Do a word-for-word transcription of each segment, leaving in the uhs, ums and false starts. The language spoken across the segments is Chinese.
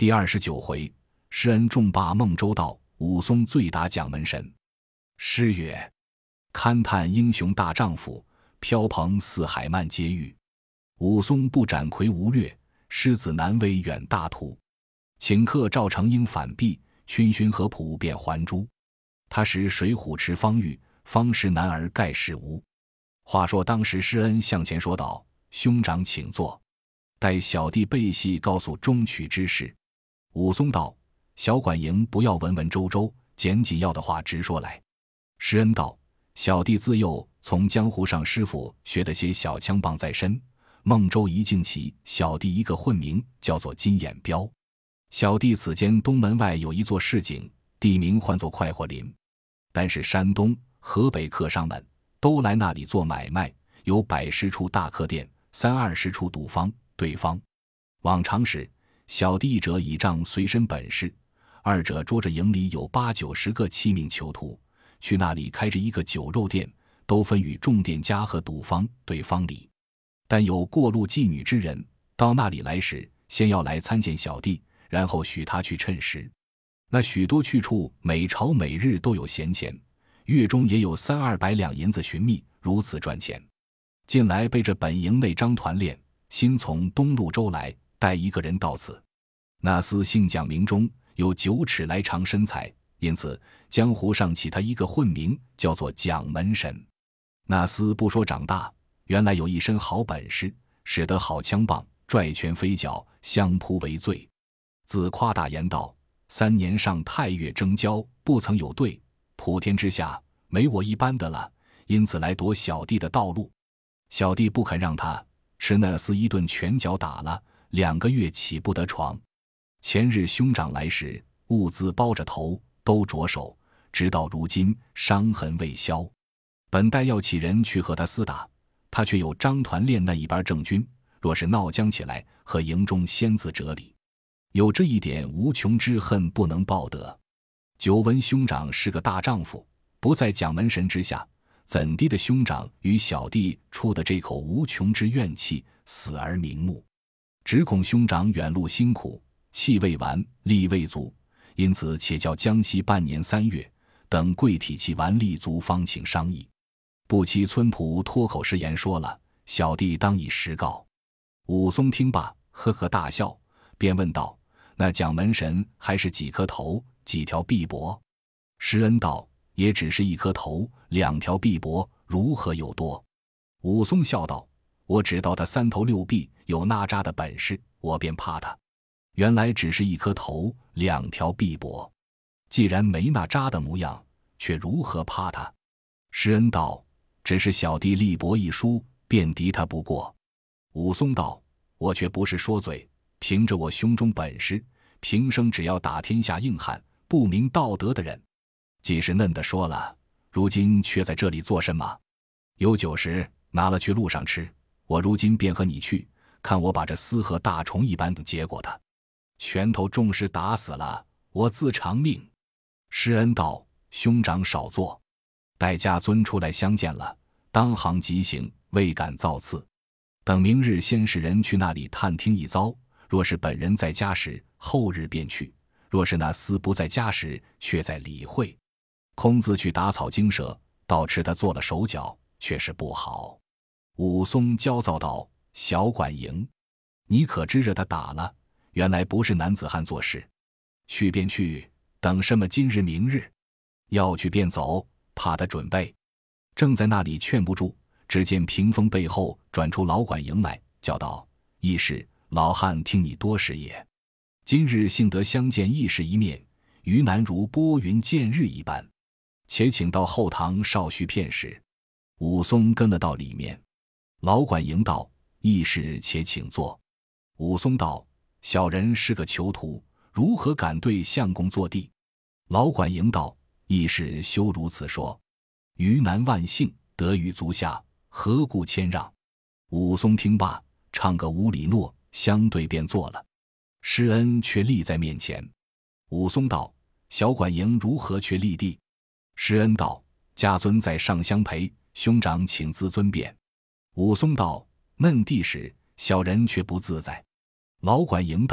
第二十九回，施恩重罢孟州道，武松醉打蒋门神。诗曰：勘探英雄大丈夫，飘蓬四海漫皆遇。武松不斩魁无略，狮子难威远大图。顷刻赵成英反壁，群勋合浦便还珠。他时水浒池方遇，方士男儿盖世无。话说当时施恩向前说道：兄长请坐，待小弟背细告诉中取之事。武松道：小管营不要文文绉绉，简紧要的话直说来。施恩道：小弟自幼从江湖上师傅学得些小枪棒在身，孟州一境起，小弟一个混名叫做金眼彪。小弟此间东门外有一座市井，地名唤作快活林，但是山东河北客商们都来那里做买卖，有百十处大客店，三二十处赌坊对方。往常时小弟一者倚仗随身本事，二者捉着营里有八九十个欺名囚徒，去那里开着一个酒肉店，都分与众店家和赌坊对方里。但有过路妓女之人到那里来时，先要来参见小弟，然后许他去趁食。那许多去处每朝每日都有闲钱，月中也有三二百两银子寻觅，如此赚钱。近来被这本营内张团练，新从东路州来，带一个人到此。那厮姓蒋，名中，有九尺来长身材，因此江湖上起他一个混名，叫做蒋门神。那厮不说长大，原来有一身好本事，使得好枪棒，拽拳飞脚，相扑为最。自夸大言道：三年上太岳征交，不曾有对，普天之下没我一般的了，因此来夺小弟的道路。小弟不肯让他，吃那厮一顿拳脚打了，两个月起不得床。前日兄长来时，物资包着头，都着手，直到如今伤痕未消。本待要起人去和他厮打，他却有张团练那一班正军，若是闹僵起来，和营中先自折里。有这一点无穷之恨不能报得。久闻兄长是个大丈夫，不在蒋门神之下，怎地的兄长与小弟出的这口无穷之怨气，死而瞑目。只恐兄长远路辛苦，气未完，力未足，因此且叫江西半年三月，等贵体气完力足，方请商议。不期村仆脱口失言说了，小弟当以实告。武松听罢，呵呵大笑，便问道：那蒋门神还是几颗头，几条臂膊？施恩道：也只是一颗头，两条臂膊，如何有多？武松笑道：我只道他三头六臂，有那扎的本事，我便怕他。原来只是一颗头，两条臂膊，既然没那扎的模样，却如何怕他？施恩道：只是小弟力薄一疏，便敌他不过。武松道：我却不是说嘴，凭着我胸中本事，平生只要打天下硬汉，不明道德的人。既是嫩的说了，如今却在这里做什么？有酒时拿了去路上吃，我如今便和你去，看我把这厮和大虫一般结果他。拳头重时打死了，我自偿命。施恩道：兄长少坐，待家尊出来相见了，当行即行，未敢造次。等明日先使人去那里探听一遭，若是本人在家时，后日便去；若是那厮不在家时，却在理会。空自去打草惊蛇，倒吃他做了手脚，却是不好。武松焦躁道：小管营，你可知着他打了，原来不是男子汉做事。去便去，等什么今日明日？要去便走，怕他准备。正在那里劝不住，只见屏风背后转出老管营来，叫道：义士，老汉听你多时也。今日幸得相见义士一面，于南如拨云见日一般，且请到后堂稍叙片时。武松跟了到里面。老管营道：义士且请坐。武松道：小人是个囚徒，如何敢对相公坐地？老管营道：义士休如此说，于南万幸，得于足下，何故谦让？武松听罢，唱个无礼诺，相对便坐了。施恩却立在面前。武松道：小管营如何却立地？施恩道：家尊在上相陪，兄长请自尊便。武松道：嫩地时，小人却不自在。老管营道：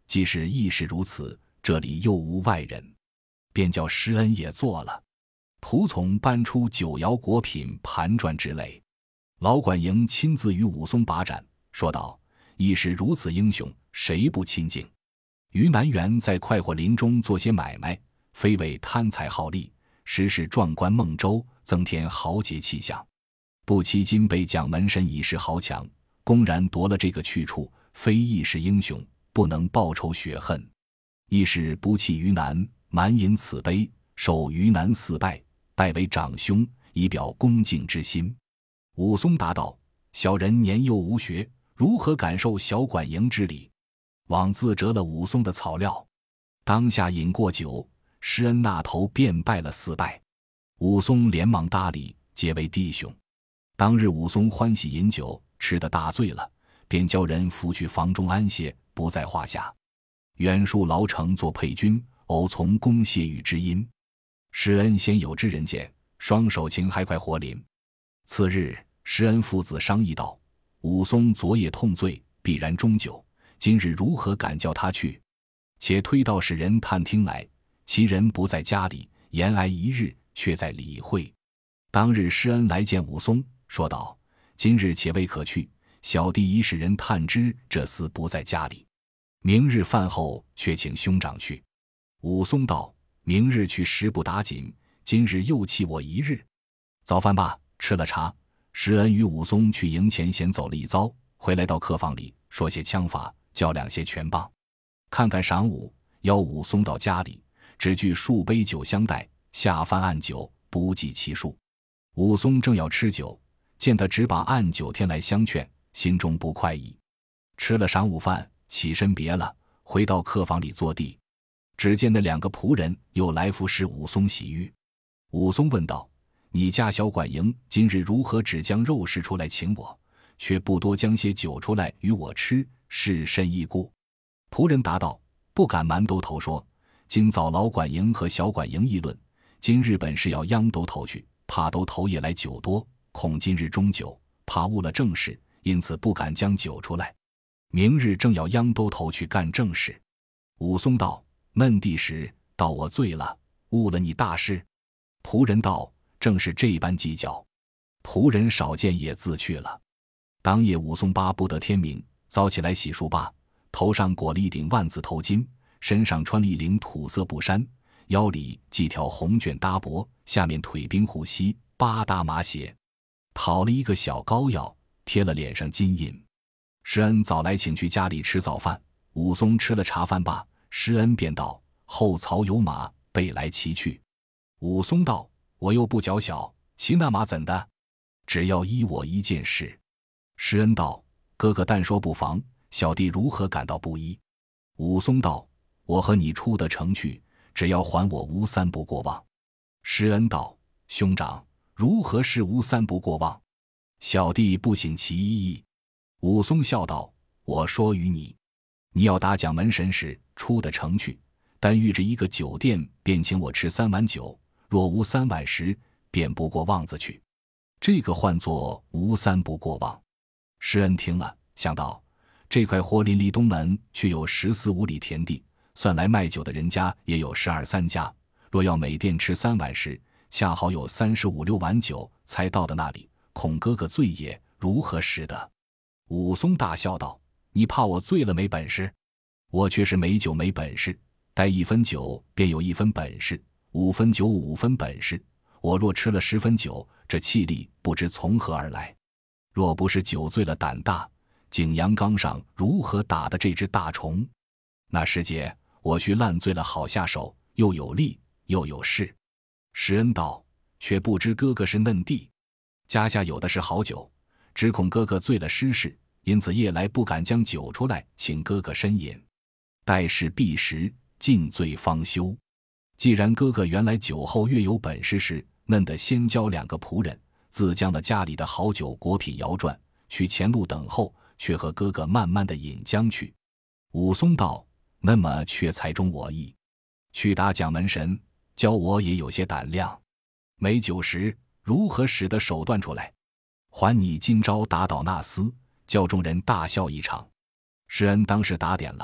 既是亦是如此，这里又无外人，便叫施恩也做了。仆从搬出酒肴果品盘转之类。老管营亲自与武松把盏，说道：亦是如此英雄，谁不亲近？于南园在快活林中做些买卖，非为贪财好利，实是壮观孟州，增添豪杰气象。不期今被蒋门神以示豪强，公然夺了这个去处，非亦是英雄，不能报仇雪恨。亦是不弃于南，满饮此杯，受于南四拜，拜为长兄，以表恭敬之心。武松答道：小人年幼无学，如何感受小管营之礼？枉自折了武松的草料。当下饮过酒，施恩那头便拜了四拜。武松连忙搭理，结为弟兄。当日武松欢喜饮酒，吃得大醉了，便叫人扶去房中安歇，不在话下。远戍牢城作配军，偶从公谢玉之音。施恩先有知人见，双手擎还快活林。次日，施恩父子商议道：武松昨夜痛醉，必然中酒，今日如何敢叫他去？且推道使人探听来，其人不在家里，延挨一日，却在理会。当日施恩来见武松，说道：今日且未可去，小弟已使人探知这厮不在家里，明日饭后却请兄长去。武松道：明日去时不打紧，今日又弃我一日。早饭罢，吃了茶，施恩与武松去营前闲走了一遭，回来到客房里，说些枪法，较量些拳棒。看看晌午，邀武松到家里，只具数杯酒相待，下饭按酒，不计其数。武松正要吃酒，见他只把按酒添来相劝，心中不快意。吃了晌午饭，起身别了，回到客房里坐地。只见那两个仆人又来服侍武松洗浴。武松问道：你家小管营今日如何只将肉食出来请我，却不多将些酒出来与我吃，是甚异故？仆人答道：不敢瞒兜头说，今早老管营和小管营议论，今日本是要央兜头去，怕兜头夜来酒多，恐今日中酒，怕误了正事，因此不敢将酒出来。明日正要央兜头去干正事。武松道：嫩地时道我醉了，误了你大事。仆人道：正是这般计较。仆人少见也自去了。当夜武松巴不得天明，早起来洗漱罢，头上裹了一顶万字头巾，身上穿了一领土色布衫，腰里系条红绢搭脖，下面腿冰护膝，八搭麻鞋，讨了一个小膏药，贴了脸上金印。施恩早来请去家里吃早饭，武松吃了茶饭罢，施恩便道：后槽有马，备来骑去。武松道：我又不较小，骑那马怎的？只要依我一件事。施恩道：哥哥但说不妨，小弟如何感到不依？武松道：我和你出得城去，只要还我吴三不过望。施恩道：兄长如何是吴三不过望？小弟不省其意。武松笑道：我说与你，你要打蒋门神时出得城去，但遇着一个酒店，便请我吃三碗酒，若无三碗时，便不过望子去。这个唤作吴三不过望。施恩听了，想到这块活林离东门却有十四五里田地，算来卖酒的人家也有十二三家，若要每店吃三碗时，恰好有三十五六碗酒才到的那里，恐哥哥醉也，如何使得？武松大笑道：你怕我醉了没本事？我却是没酒没本事，带一分酒便有一分本事，五分酒五分本事。我若吃了十分酒，这气力不知从何而来。若不是酒醉了胆大，景阳冈上如何打的这只大虫？那时节我去烂醉了好下手，又有力又有势。施恩道：却不知哥哥是嫩弟，家下有的是好酒，只恐哥哥醉了失事，因此夜来不敢将酒出来请哥哥呻饮，待事毕时，尽醉方休。既然哥哥原来酒后越有本事时，嫩得先教两个仆人，自将了家里的好酒果品摇转，去前路等候，却和哥哥慢慢的饮将去。武松道：那么却才中我意，去打蒋门神，教我也有些胆量。没酒时，如何使得手段出来？还你今朝打倒那厮，叫众人大笑一场。施恩当时打点了，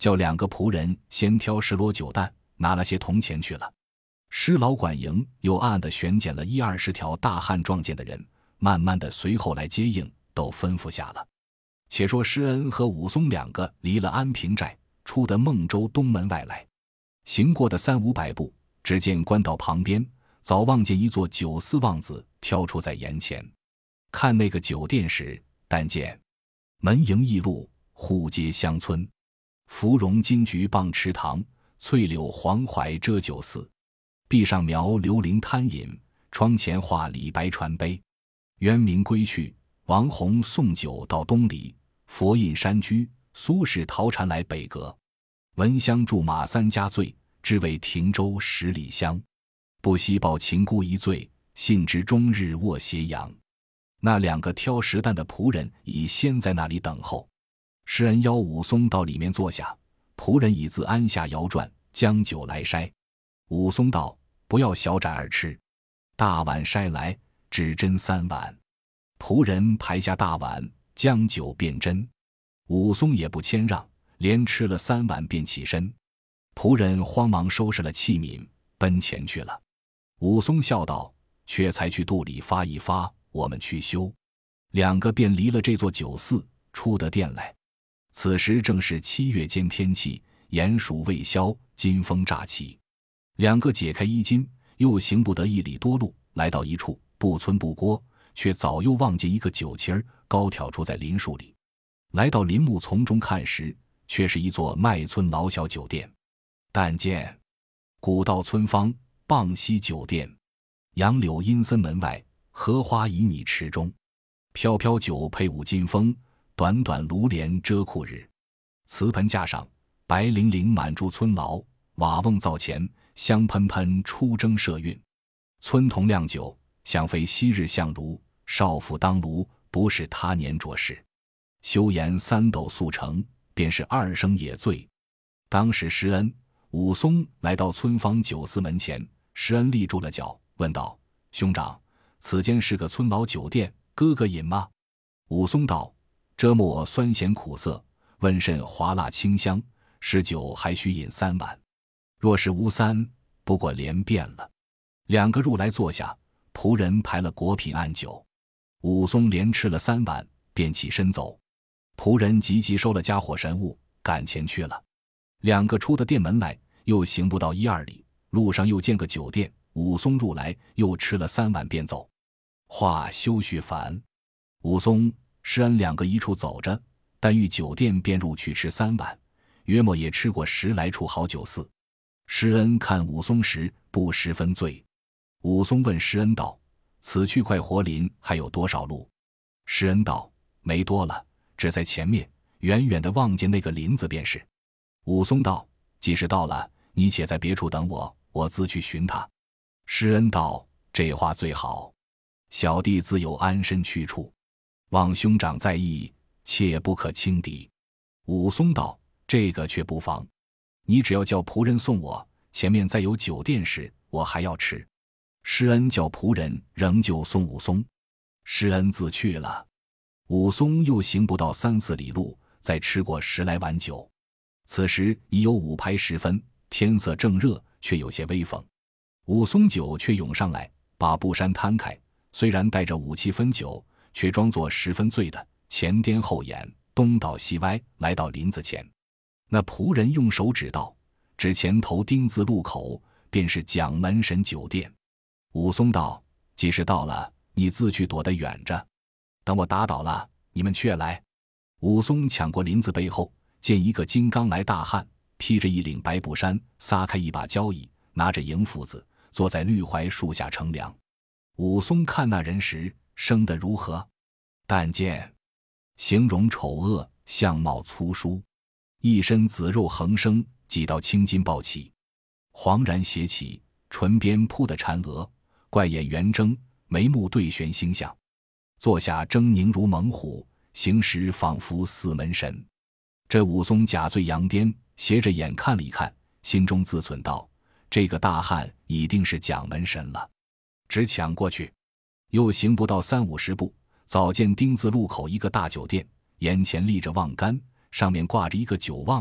叫两个仆人先挑十箩酒担，拿了些铜钱去了。施老管营又暗暗地选拣了一二十条大汉壮健的人，慢慢的随后来接应，都吩咐下了。且说施恩和武松两个离了安平寨，出得孟州东门外来，行过的三五百步，只见官道旁边早望见一座酒肆望子挑出在眼前。看那个酒店时，但见门迎驿路，户街乡村，芙蓉金菊傍池塘，翠柳黄槐遮酒肆，壁上描刘伶贪饮，窗前画李白传杯。渊明归去，王弘送酒到东篱，佛印山居，苏轼陶禅来北阁。闻香驻马三家醉，只为停舟十里香。不惜抱情孤一醉，信知终日卧斜阳。那两个挑食担的仆人已先在那里等候。施恩邀武松到里面坐下，仆人已自鞍下摇转，将酒来筛。武松道：不要小盏而吃，大碗筛来，只斟三碗。仆人排下大碗，将酒便斟。武松也不谦让，连吃了三碗便起身。仆人慌忙收拾了器皿，奔前去了。武松笑道：却才去肚里发一发，我们去休。两个便离了这座酒肆，出得店来。此时正是七月间天气，炎暑未消，金风乍起。两个解开衣襟，又行不得一里多路，来到一处，不村不郭，却早又望见一个酒旗儿高挑出在林树里。来到林木丛中看时，却是一座麦村老小酒店。但见古道村坊，傍溪酒店，杨柳阴森门外，荷花旖旎池中。飘飘酒配五金风，短短炉帘遮酷日。瓷盆架上，白绫绫满柱村牢，瓦瓮灶前，香喷喷出蒸麝韵。村童酿酒，想非昔日相如，少妇当炉，不是他年着事。休言三斗速成，便是二生也醉。当时施恩、武松来到村坊酒肆门前，施恩立住了脚，问道：兄长，此间是个村老酒店，哥哥饮吗？武松道：这末酸咸苦涩，问甚华辣清香，是酒还需饮三碗。若是无三，不过连变了。两个入来坐下，仆人排了果品案酒。武松连吃了三碗，便起身走。仆人急急收了家伙神物，赶前去了。两个出的店门来，又行不到一二里，路上又见个酒店，武松入来，又吃了三碗便走。话休叙烦。武松、施恩两个一处走着，但遇酒店便入去吃三碗，约莫也吃过十来处好酒肆。施恩看武松时不十分醉。武松问施恩道：此去快活林还有多少路？施恩道：没多了，只在前面，远远的望见那个林子便是。武松道：即使到了，你且在别处等我，我自去寻他。施恩道：这话最好，小弟自有安身去处，望兄长在意，切不可轻敌。武松道：这个却不妨，你只要叫仆人送我，前面再有酒店时，我还要吃。施恩叫仆人仍旧送武松，施恩自去了。武松又行不到三四里路，再吃过十来碗酒。此时已有午牌时分，天色正热，却有些微风。武松酒却涌上来，把布衫摊开，虽然带着五七分酒，却装作十分醉的，前颠后掩，东倒西歪，来到林子前。那仆人用手指道：指前头丁字路口，便是蒋门神酒店。武松道：即使到了，你自去躲得远着，等我打倒了，你们却来。武松抢过林子背后，见一个金刚来大汉，披着一领白布衫，撒开一把交椅，拿着银斧子，坐在绿槐树下乘凉。武松看那人时，生得如何？但见形容丑恶，相貌粗疏，一身紫肉横生，几道青筋暴起，惶然斜起，唇边铺的婵娥，怪眼圆睁，眉目对悬星象，坐下狰狞如猛虎，行时仿佛似门神。这武松假醉佯癫，斜着眼看了一看，心中自忖道：这个大汉一定是蒋门神了。只抢过去，又行不到三五十步，早见丁字路口一个大酒店，沿前立着望杆，上面挂着一个酒旺子，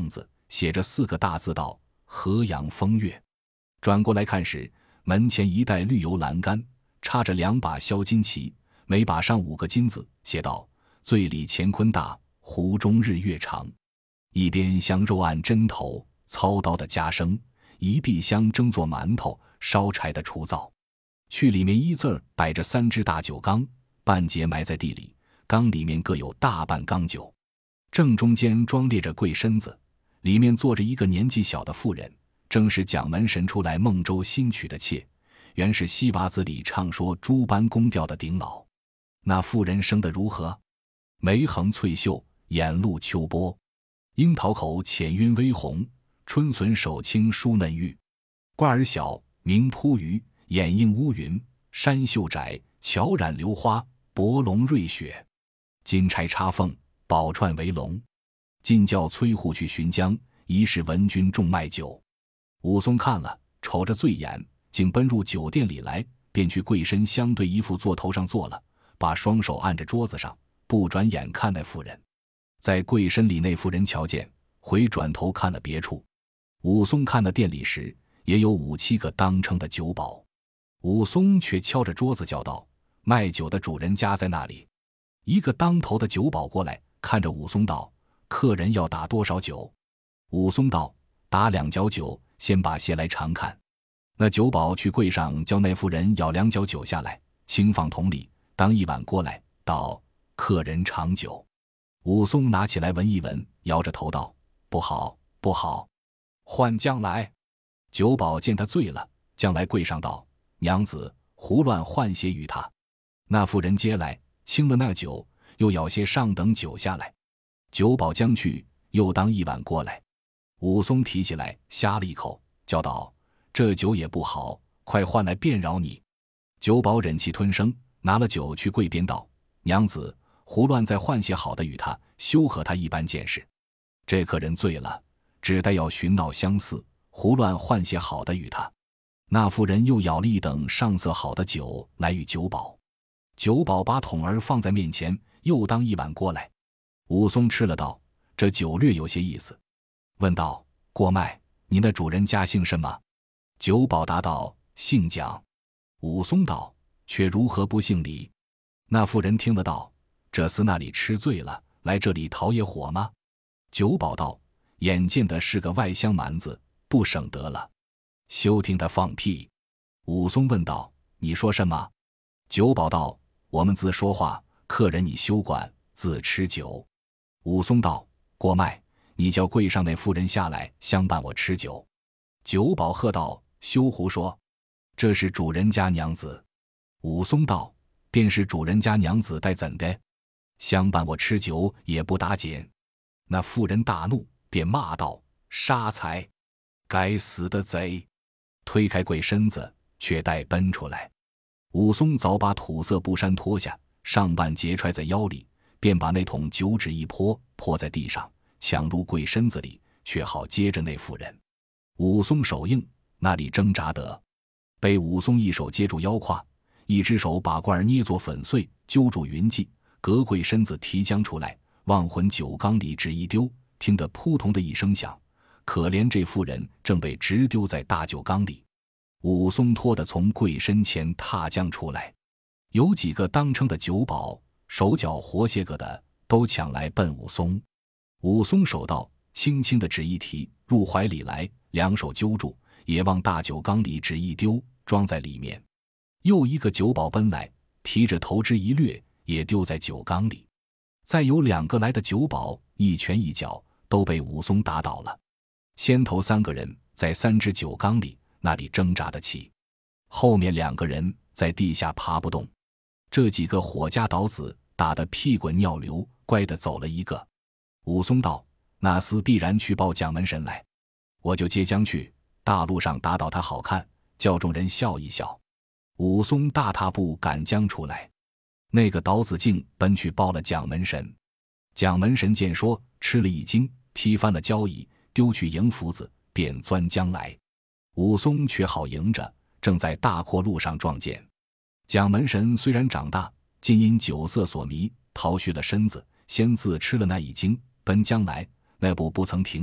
写着四个大字道：河阳风月。转过来看时，门前一带绿油栏杆，插着两把销金旗，每把上五个金字，写道：醉里乾坤大，湖中日月长。一边香肉按针头，操刀的家生；一壁香蒸做馒头，烧柴的厨灶。去里面一字儿摆着三只大酒缸，半截埋在地里，缸里面各有大半缸酒。正中间装列着柜身子，里面坐着一个年纪小的妇人，正是蒋门神出来孟州新娶的妾，原是戏娃子里唱说诸般宫调的顶老。那妇人生得如何？眉横翠秀，眼露秋波，樱桃口浅晕微红，春笋手青疏嫩玉。冠儿小，名扑鱼，眼映乌云，山袖窄，巧染流花，薄龙瑞雪。金钗插凤，宝串围龙。进教崔护去寻江，疑是闻君重卖酒。武松看了，瞅着醉眼，竟奔入酒店里来，便去跪身相对一副座头上坐了，把双手按着桌子上，不转眼看那妇人。在跪身里那妇人瞧见，回转头看了别处。武松看了店里时，也有五七个当称的酒保。武松却敲着桌子叫道：卖酒的主人家在那里？一个当头的酒保过来，看着武松道：客人要打多少酒？武松道：打两角酒，先把些来尝看。那酒保去柜上叫那妇人舀两角酒下来，轻放桶里，当一碗过来，道：客人尝酒。武松拿起来闻一闻，摇着头道：不好，不好，换将来。酒保见他醉了，将来柜上道：娘子，胡乱换些与他。那妇人接来，清了那酒，又舀些上等酒下来。酒保将去，又当一碗过来。武松提起来，呷了一口，叫道：这酒也不好，快换来便饶你。酒保忍气吞声，拿了酒去柜边道：娘子，胡乱再换些好的与他，休和他一般见识。这客人醉了，只待要寻闹相似，胡乱换些好的与他。那妇人又舀了一等上色好的酒来与酒保。酒保把桶儿放在面前，又当一碗过来。武松吃了道：这酒略有些意思。问道：过麦，你那主人家姓什么？酒保答道：姓蒋。武松道：却如何不姓李？那妇人听得道：这厮那里吃醉了，来这里讨也火吗？酒保道：眼见的是个外乡蛮子，不省得了，休听他放屁。武松问道：你说什么？酒保道：我们自说话，客人你休管，自吃酒。武松道：过麦，你叫柜上那妇人下来相伴我吃酒。酒保喝道：休胡说，这是主人家娘子。武松道：便是主人家娘子待怎的？相伴我吃酒也不打紧。那妇人大怒，便骂道：杀财，该死的贼！推开柜身子，却待奔出来。武松早把土色布衫脱下，上半截揣在腰里，便把那桶酒纸一泼，泼在地上，抢入柜身子里，却好接着那妇人。武松手硬，那里挣扎得，被武松一手接住腰胯，一只手把罐儿捏作粉碎，揪住云髻，隔柜身子提将出来，忘魂酒缸里只一丢，听得扑通的一声响，可怜这妇人正被直丢在大酒缸里。武松拖得从柜身前踏将出来，有几个当称的酒保，手脚活些个的，都抢来奔武松。武松手道，轻轻的纸一提，入怀里来，两手揪住，也往大酒缸里纸一丢，装在里面。又一个酒保奔来，提着头枝一掠，也丢在酒缸里。再有两个来的酒保，一拳一脚都被武松打倒了。先头三个人在三只酒缸里，那里挣扎得起，后面两个人在地下爬不动。这几个伙家倒子打得屁滚尿流，乖得走了一个。武松道：那厮必然去报蒋门神来，我就接将去，大路上打倒他好看，叫众人笑一笑。武松大踏步赶将出来，那个倒子竟奔去报了蒋门神。蒋门神见说，吃了一惊，踢翻了交椅，丢去迎福子，便钻将来。武松却好迎着，正在大阔路上撞见。蒋门神虽然长大，竟因酒色所迷，逃去了身子，先自吃了那一惊，奔将来，那步不曾停住，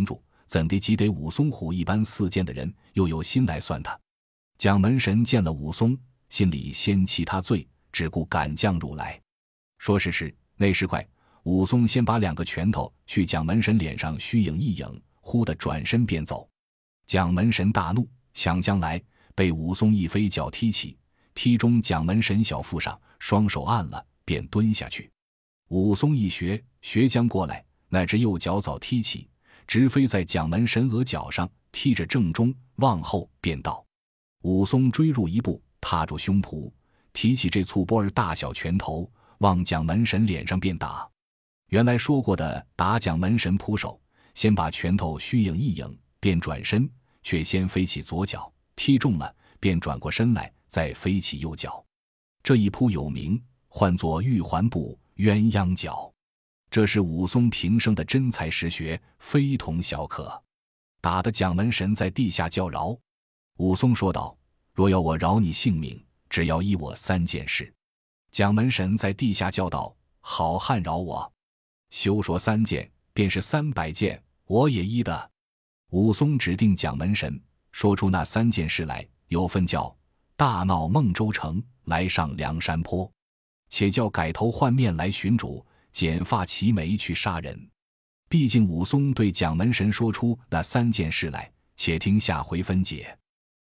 怎地即得武松虎一般似箭的人，又有心来算他？蒋门神见了武松，心里先弃他罪，只顾赶将入来。说时迟，那时快，武松先把两个拳头去蒋门神脸上虚影一影，忽地转身便走。蒋门神大怒，抢将来，被武松一飞脚踢起，踢中蒋门神小腹上，双手按了，便蹲下去。武松一学，学将过来，那只右脚早踢起，直飞在蒋门神额角上，踢着正中，往后便倒。武松追入一步，踏住胸脯，提起这醋波儿大小拳头，往蒋门神脸上便打。原来说过的打蒋门神扑手，先把拳头虚影一影，便转身，却先飞起左脚，踢中了，便转过身来，再飞起右脚。这一扑有名，唤作玉环步鸳鸯脚。这是武松平生的真才实学，非同小可。打得蒋门神在地下叫饶。武松说道：若要我饶你性命，只要依我三件事。蒋门神在地下叫道：好汉饶我！休说三件，便是三百件，我也依的。武松指定蒋门神，说出那三件事来，有分叫大闹孟州城，来上梁山坡，且叫改头换面来寻主，剪发齐眉去杀人。毕竟武松对蒋门神说出那三件事来，且听下回分解。